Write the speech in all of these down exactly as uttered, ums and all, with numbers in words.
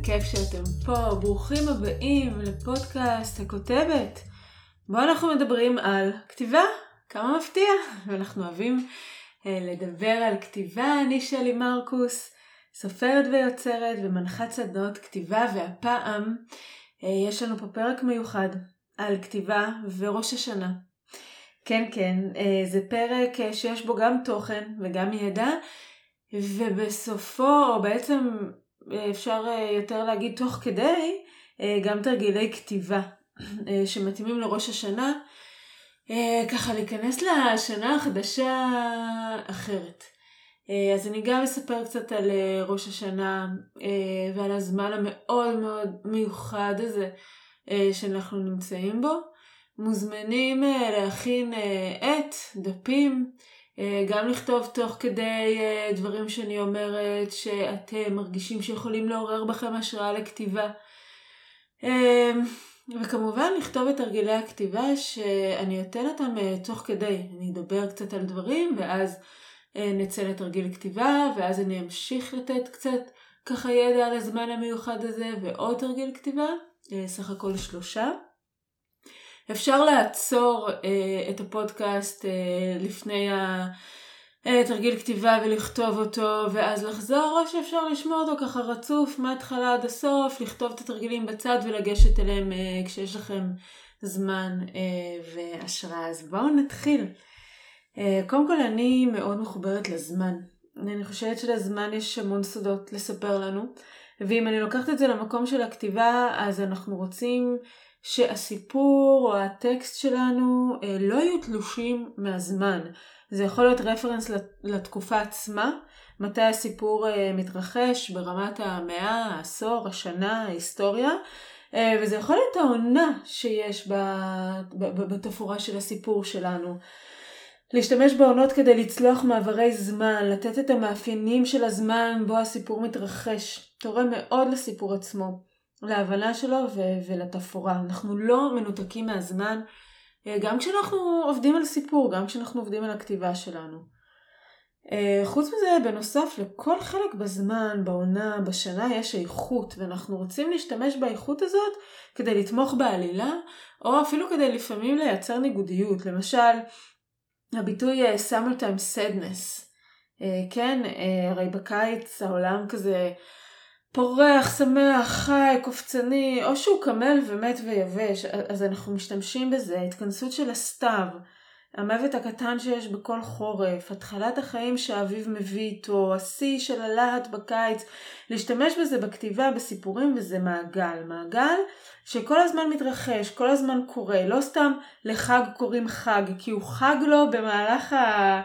כיף שאתם פה, ברוכים הבאים לפודקאסט הכותבת. בו אנחנו מדברים על כתיבה, כמה מפתיע, ואנחנו אוהבים אה, לדבר על כתיבה. אני שלי מרקוס, סופרת ויוצרת ומנחת סדנות כתיבה, והפעם אה, יש לנו פה פרק מיוחד על כתיבה וראש השנה. כן, כן, אה, זה פרק אה, שיש בו גם תוכן וגם ידע, ובסופו, או בעצם אפשר יותר להגיד תוך כדי, גם תרגילי כתיבה שמתאימים לראש השנה, ככה להיכנס לשנה החדשה אחרת. אז אני גם אספר קצת על ראש השנה ועל הזמן המאוד מאוד מיוחד הזה שאנחנו נמצאים בו. מוזמנים להכין עט, דפים, גם לכתוב תוך כדי דברים שאני אומרת שאתם מרגישים שיכולים לעורר בכם השראה לכתיבה. וכמובן לכתוב את תרגילי הכתיבה שאני אתן אותם תוך כדי. אני אדבר קצת על דברים ואז נצא לתרגיל כתיבה, ואז אני אמשיך לתת קצת ככה ידע על הזמן המיוחד הזה ועוד תרגיל כתיבה, סך הכל שלושה. אפשר לעצור אה, את הפודקאסט אה, לפני התרגיל כתיבה ולכתוב אותו ואז לחזור, או שאפשר לשמוע אותו ככה רצוף מההתחלה עד הסוף, לכתוב את התרגילים בצד ולגשת אליהם אה, כשיש לכם זמן אה, והשראה. אז בואו נתחיל. אה, קודם כל אני מאוד מחוברת לזמן. אני חושבת שלזמן יש המון סודות לספר לנו, ואם אני לוקחת את זה למקום של הכתיבה, אז אנחנו רוצים שהסיפור או הטקסט שלנו לא יהיו תלושים מהזמן. זה יכול להיות רפרנס לתקופה עצמה, מתי הסיפור מתרחש ברמת המאה, העשור, השנה, ההיסטוריה, וזה יכול להיות העונה שיש בתפאורה של הסיפור שלנו. להשתמש בעונות כדי לצלוח מעברי זמן, לתת את המאפיינים של הזמן בו הסיפור מתרחש. תורם מאוד לסיפור עצמו, להבנה שלו ו- ולתפאורה. אנחנו לא מנותקים מהזמן, גם כשאנחנו עובדים על סיפור, גם כשאנחנו עובדים על הכתיבה שלנו. חוץ מזה, בנוסף לכל חלק בזמן, בעונה, בשנה, יש איכות, ואנחנו רוצים להשתמש באיכות הזאת כדי לתמוך בעלילה, או אפילו כדי לפעמים לייצר ניגודיות. למשל, הביטוי summertime sadness. כן, הרי בקיץ העולם כזה פורח, שמח, חי, קופצני, או שהוא קמל ומת ויבש, אז אנחנו משתמשים בזה. התכנסות של הסתיו, המוות הקטן שיש בכל חורף, התחלת החיים שהאביב מביא איתו, השיא של הלהט בקיץ, להשתמש בזה בכתיבה, בסיפורים, וזה מעגל. מעגל שכל הזמן מתרחש, כל הזמן קורה, לא סתם לחג קוראים חג, כי הוא חג לו במהלך ה...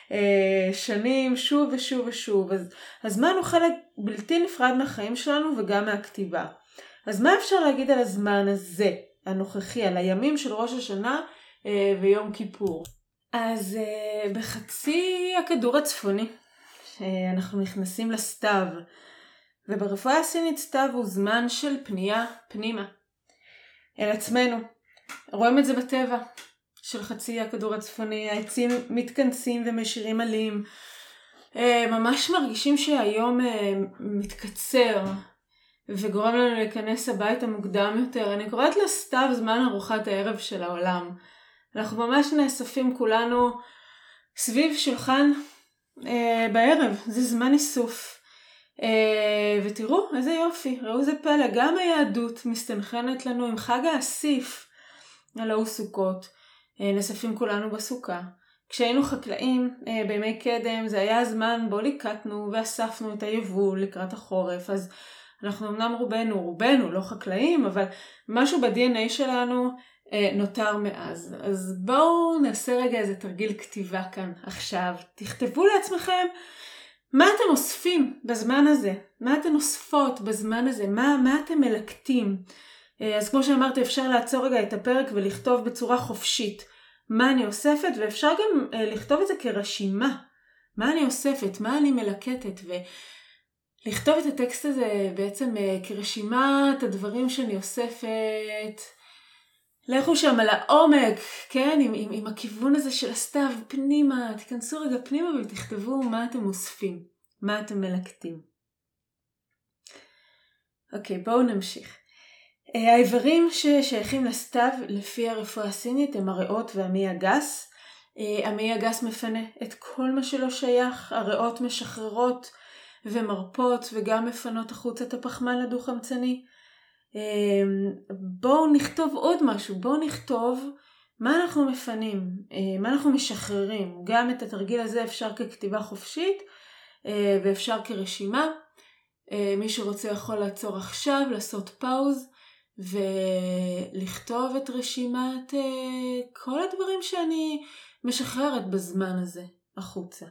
שנים שוב ושוב ושוב. אז הזמן הוא חלק בלתי נפרד מהחיים שלנו וגם מהכתיבה. אז מה אפשר להגיד על הזמן הזה הנוכחי, על הימים של ראש השנה ויום כיפור? אז בחצי הכדור הצפוני אנחנו נכנסים לסתיו, וברפואה הסינית סתיו הוא זמן של פנייה פנימה אל עצמנו. רואים את זה בטבע של חצי הכדור הצפוני, העצים מתכנסים ומשאירים עלים, ממש מרגישים שהיום מתקצר וגורם לנו להיכנס הביתה מוקדם יותר. אני קוראת לסתיו זמן ארוחת הערב של העולם. אנחנו ממש נאספים כולנו סביב שולחן בערב, זה זמן איסוף. ותראו איזה יופי, ראו זה פלא, גם היהדות מסתנכרנת לנו עם חג האסיף, הלא הוא סוכות. נספים כולנו בסוכה. כשהיינו חקלאים בימי קדם, זה היה הזמן בו ליקטנו ואספנו את היבול לקראת החורף. אז אנחנו אמנם רובנו, רובנו לא חקלאים, אבל משהו ב-די אן איי שלנו נותר מאז. אז בואו נעשה רגע איזה תרגיל כתיבה כאן עכשיו. תכתבו לעצמכם מה אתם אוספים בזמן הזה, מה אתם אוספות בזמן הזה, מה, מה אתם מלקטים. אז כמו שאמרתי, אפשר לעצור רגע את הפרק ולכתוב בצורה חופשית מה אני אוספת, ואפשר גם לכתוב את זה כרשימה. מה אני אוספת, מה אני מלקטת, ולכתוב את הטקסט הזה בעצם כרשימת הדברים שאני אוספת. לכו שם על העומק, כן, עם, עם, עם הכיוון הזה של הסתיו פנימה, תיכנסו רגע פנימה ותכתבו מה אתם אוספים, מה אתם מלקטים. אוקיי, בואו נמשיך. האיברים ששייכים לסתיו לפי הרפואה הסינית הם הריאות והמעי הגס. המעי הגס מפנה את כל מה שלא שייך, הריאות משחררות ומרפות וגם מפנות החוצה את הפחמן הדו-חמצני. בואו נכתוב עוד משהו, בואו נכתוב מה אנחנו מפנים, מה אנחנו משחררים. גם את התרגיל הזה אפשר ככתיבה חופשית ואפשר כרשימה. מי שרוצה יכול לעצור עכשיו, לעשות פאוז ולכתוב את רשימת כל הדברים שאני משחררת בזמן הזה החוצה.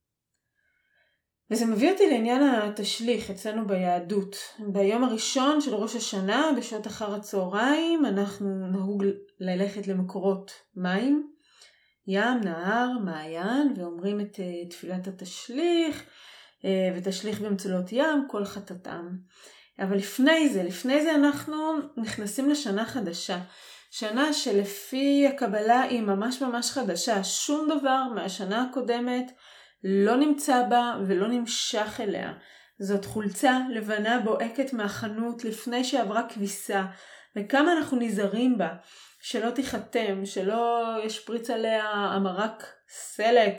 וזה מביא אותי לעניין התשליך אצלנו ביהדות. ביום הראשון של ראש השנה, בשעות אחר הצהריים, אנחנו נהוג ללכת למקורות מים, ים, נהר, מעיין, ואומרים את תפילת התשליך, ותשליך במצולות ים, כל חטאתם. אבל לפני זה, לפני זה אנחנו נכנסים לשנה חדשה. שנה שלפי הקבלה היא ממש ממש חדשה. שום דבר מהשנה הקודמת לא נמצא בה ולא נמשך אליה. זאת חולצה לבנה בועקת מהחנות לפני שעברה כביסה. וכמה אנחנו נזהרים בה, שלא תיחתם, שלא ישפריץ עליה המרק סלק.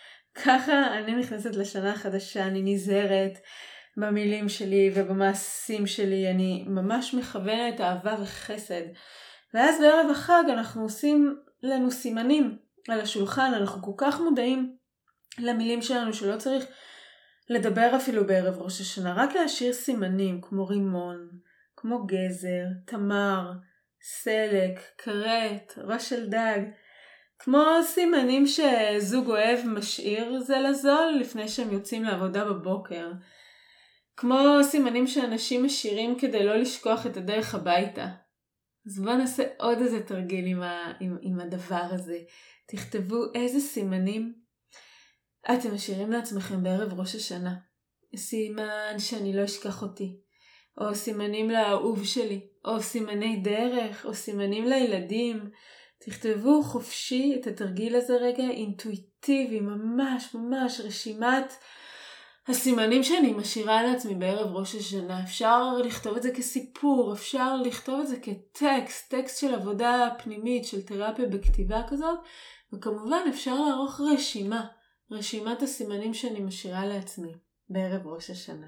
ככה אני נכנסת לשנה החדשה, אני נזהרת במילים שלי ובמעשים שלי, אני ממש מכוונת אהבה וחסד. ואז בערב החג אנחנו עושים לנו סימנים על השולחן, אנחנו כל כך מודעים למילים שלנו שלא צריך לדבר אפילו בערב ראש השנה, רק להשאיר סימנים כמו רימון, כמו גזר, תמר, סלק, קרט, ראש של דג, כמו סימנים שזוג אוהב משאיר זה לזול לפני שהם יוצאים לעבודה בבוקר, כמו סימנים שאנשים משאירים כדי לא לשכוח את הדרך הביתה. אז בואו נעשה עוד איזה תרגיל עם, ה, עם, עם הדבר הזה. תכתבו איזה סימנים אתם משאירים לעצמכם בערב ראש השנה. סימן שאני לא אשכח אותי, או סימנים לאהוב שלי, או סימני דרך, או סימנים לילדים. תכתבו חופשי את התרגיל הזה רגע, אינטואיטיבי, ממש ממש רשימת הסימנים שאני משאירה לעצמי בערב ראש השנה. אפשר לכתוב את זה כסיפור, אפשר לכתוב את זה כטקסט, טקסט של עבודה פנימית, של תרפיה בכתיבה כזאת, וכמובן אפשר לערוך רשימה, רשימת הסימנים שאני משאירה לעצמי בערב ראש השנה.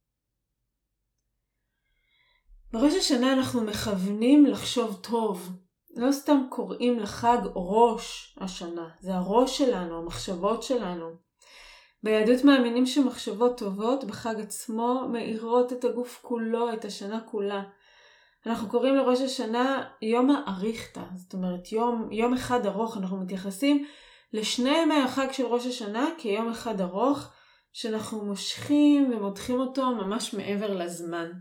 בראש השנה אנחנו מכוונים לחשוב טוב. לא סתם קוראים לחג ראש השנה, זה הראש שלנו, המחשבות שלנו. ביהדות מאמינים שמחשבות טובות בחג עצמו מאירות את הגוף כולו, את השנה כולה. אנחנו קוראים לראש השנה יום האריכתא, זאת אומרת יום, יום אחד ארוך. אנחנו מתייחסים לשני ימי החג של ראש השנה כיום אחד ארוך, שאנחנו מושכים ומותחים אותו ממש מעבר לזמן.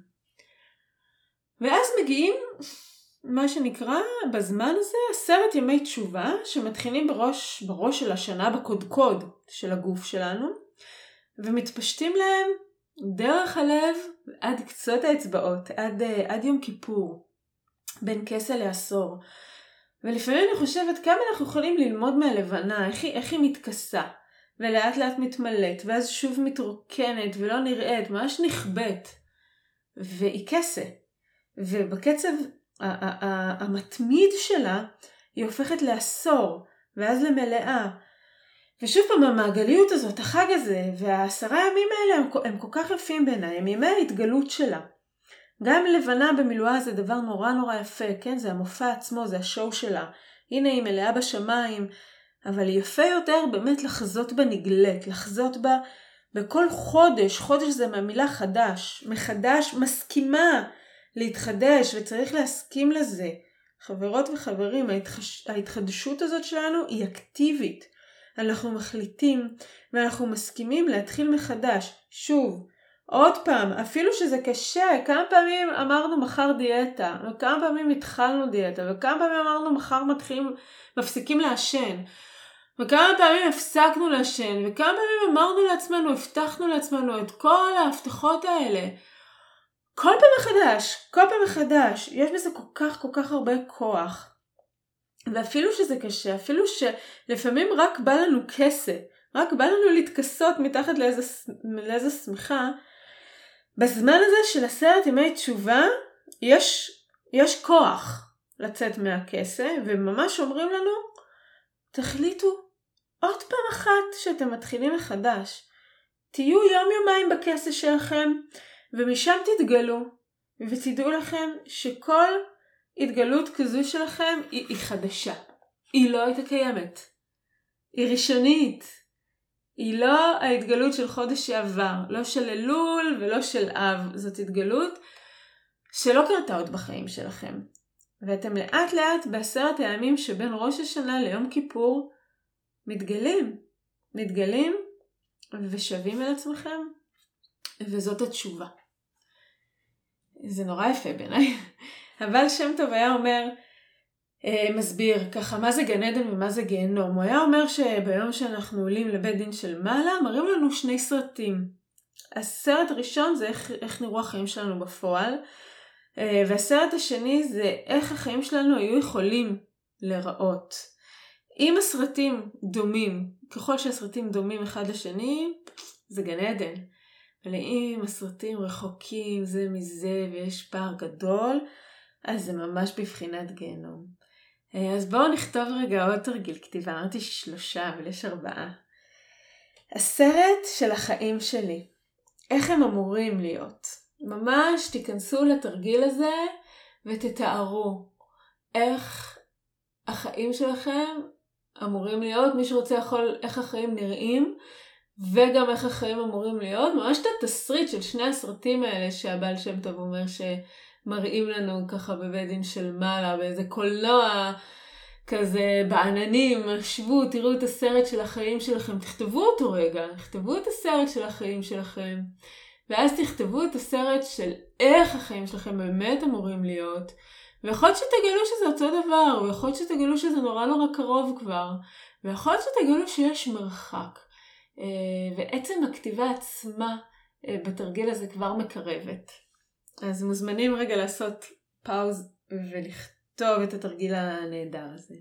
ואז מגיעים מה שנקרא בזמן הזה עשרת ימי תשובה, שמתחילים בראש, בראש של השנה, בקודקוד של הגוף שלנו, ומתפשטים להם דרך הלב עד קצות האצבעות, עד, עד יום כיפור, בין כסה לעשור. ולפעמים אני חושבת כמה אנחנו יכולים ללמוד מהלבנה, איך היא, איך היא מתכסה, ולאט לאט מתמלאת, ואז שוב מתרוקנת ולא נראית, ממש נכבט, והיא כסה. ובקצב המתמיד שלה היא הופכת לעשור ואז למלאה. ושוב פעם המעגליות הזאת, החג הזה והעשרה ימים האלה הם, הם כל כך יפים בעיניי, הם ימי ההתגלות שלה. גם לבנה במילואה זה דבר נורא נורא יפה, כן? זה המופע עצמו, זה השואו שלה. הנה היא מלאה בשמיים, אבל היא יפה יותר באמת לחזות בה נגלית, לחזות בה בכל חודש. חודש זה מהמילה חדש, מחדש, מסכימה להתחדש, וצריך להסכים לזה. חברות וחברים, ההתחש... ההתחדשות הזאת שלנו היא אקטיבית. אנחנו מחליטים ואנחנו מסכימים להתחיל מחדש. שוב, עוד פעם, אפילו שזה קשה, כמה פעמים אמרנו מחר דיאטה, וכמה פעמים התחלנו דיאטה, וכמה פעמים אמרנו מחר מתחילים, מפסיקים לעשן, וכמה פעמים הפסקנו לעשן, וכמה פעמים אמרנו לעצמנו, הבטחנו לעצמנו את כל ההבטחות האלה. כל פעם מחדש, כל פעם מחדש, יש בזה כל כך כל כך הרבה כוח. ואפילו שזה קשה, אפילו שלפעמים רק בא לנו כסה, רק בא לנו להתכסות מתחת לאיזה, לאיזה שמחה, בזמן הזה של עשרת ימי תשובה, יש, יש כוח לצאת מהכסה, וממש אומרים לנו, תחליטו עוד פעם אחת שאתם מתחילים מחדש. תהיו יום יומיים בכסה שלכם, ומשם תתגלו, ותדעו לכם שכל התגלות כזו שלכם היא, היא חדשה. היא לא הייתה קיימת. היא ראשונית. היא לא ההתגלות של חודש שעבר, לא של אלול ולא של אב. זאת התגלות שלא קרתה עוד בחיים שלכם. ואתם לאט לאט בעשרת הימים שבין ראש השנה ליום כיפור מתגלים. מתגלים ושווים אל עצמכם. וזאת התשובה. זה נורא יפה בעיניי. אבל שם טוב היה אומר, מסביר ככה מה זה גן עדן ומה זה גיהנום. הוא היה אומר שביום שאנחנו עולים לבית דין של מעלה, מראים לנו שני סרטים. הסרט הראשון זה איך, איך נראו החיים שלנו בפועל, והסרט השני זה איך החיים שלנו היו יכולים לראות. אם הסרטים דומים, ככל שהסרטים דומים אחד לשני, זה גן עדן. אבל אם הסרטים רחוקים זה מזה ויש פער גדול, אז זה ממש בבחינת גיהנום. אז בואו נכתוב רגע עוד תרגיל כתיבה. אמרתי שלושה, אבל יש ארבעה. הסרט של החיים שלי. איך הם אמורים להיות? ממש תיכנסו לתרגיל הזה ותתארו איך החיים שלכם אמורים להיות. מי שרוצה יכול איך החיים נראים וגם איך החיים אמורים להיות. ממש את התסריט של שני הסרטים האלה שהבעל שם טוב אומר ש... מראים לנו ככה בבית דין של מעלה, באיזה קולנוע כזה בעננים, שבו, תראו את הסרט של החיים שלכם, תכתבו אותו רגע, תכתבו את הסרט של החיים שלכם, ואז תכתבו את הסרט של איך החיים שלכם באמת אמורים להיות, ויכול להיות שתגלו שזה אותו דבר, ויכול להיות שתגלו שזה נורא נורא קרוב כבר, ויכול להיות שתגלו שיש מרחק, ועצם הכתיבה עצמה בתרגיל הזה כבר מקרבת. אז מוזמנים רגע לעשות פאוז ולכתוב את התרגיל הנהדר הזה.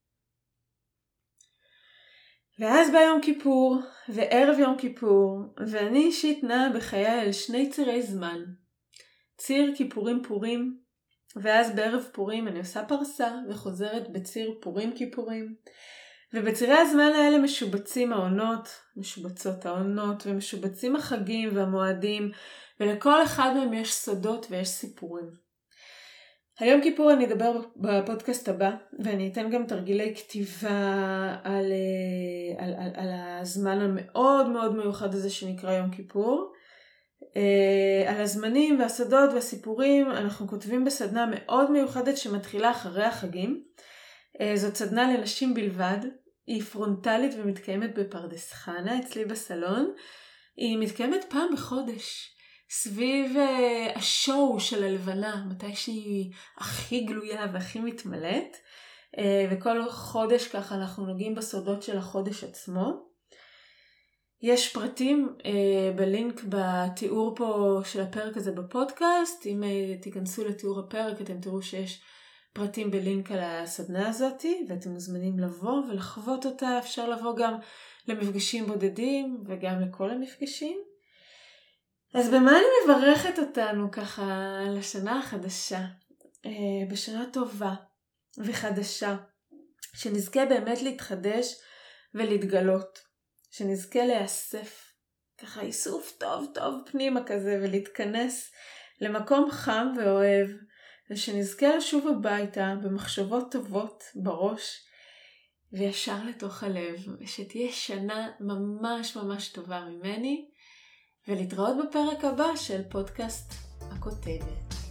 ואז בא יום כיפור וערב יום כיפור, ואני אישית נעה בחיי על שני צירי זמן. ציר כיפורים פורים, ואז בערב פורים אני עושה פרסה וחוזרת בציר פורים כיפורים. ובצירי הזמן האלה משובצים העונות, משובצות העונות ומשובצים החגים והמועדים, ולכל אחד מהם יש סודות ויש סיפורים. היום כיפור אני אדבר בפודקאסט הבא, ואני אתן גם תרגילי כתיבה על, על, על, על הזמן המאוד מאוד מיוחד הזה שנקרא יום כיפור. על הזמנים והסודות והסיפורים אנחנו כותבים בסדנה מאוד מיוחדת שמתחילה אחרי החגים. זאת סדנה לנשים בלבד, היא פרונטלית ומתקיימת בפרדס חנה אצלי בסלון. היא מתקיימת פעם בחודש. סביב uh, השואו של הלבנה, מתי שהיא הכי גלויה והכי מתמלאת, uh, וכל חודש ככה אנחנו נוגעים בסודות של החודש עצמו. יש פרטים uh, בלינק בתיאור פה של הפרק הזה בפודקאסט. אם uh, תיכנסו לתיאור הפרק אתם תראו שיש פרטים בלינק על הסדנה הזאת, ואתם מוזמנים לבוא ולחוות אותה. אפשר לבוא גם למפגשים בודדים וגם לכל המפגשים. אז במה אני מברכת אותנו ככה לשנה החדשה? בשנה טובה וחדשה, שנזכה באמת להתחדש ולהתגלות, שנזכה להיאסף, ככה איסוף טוב טוב פנימה כזה ולהתכנס למקום חם ואוהב, ושנזכה לשוב הביתה במחשבות טובות בראש וישר לתוך הלב, ושתהיה שנה ממש ממש טובה ממני, ולהתראות בפרק הבא של פודקאסט הכותבת.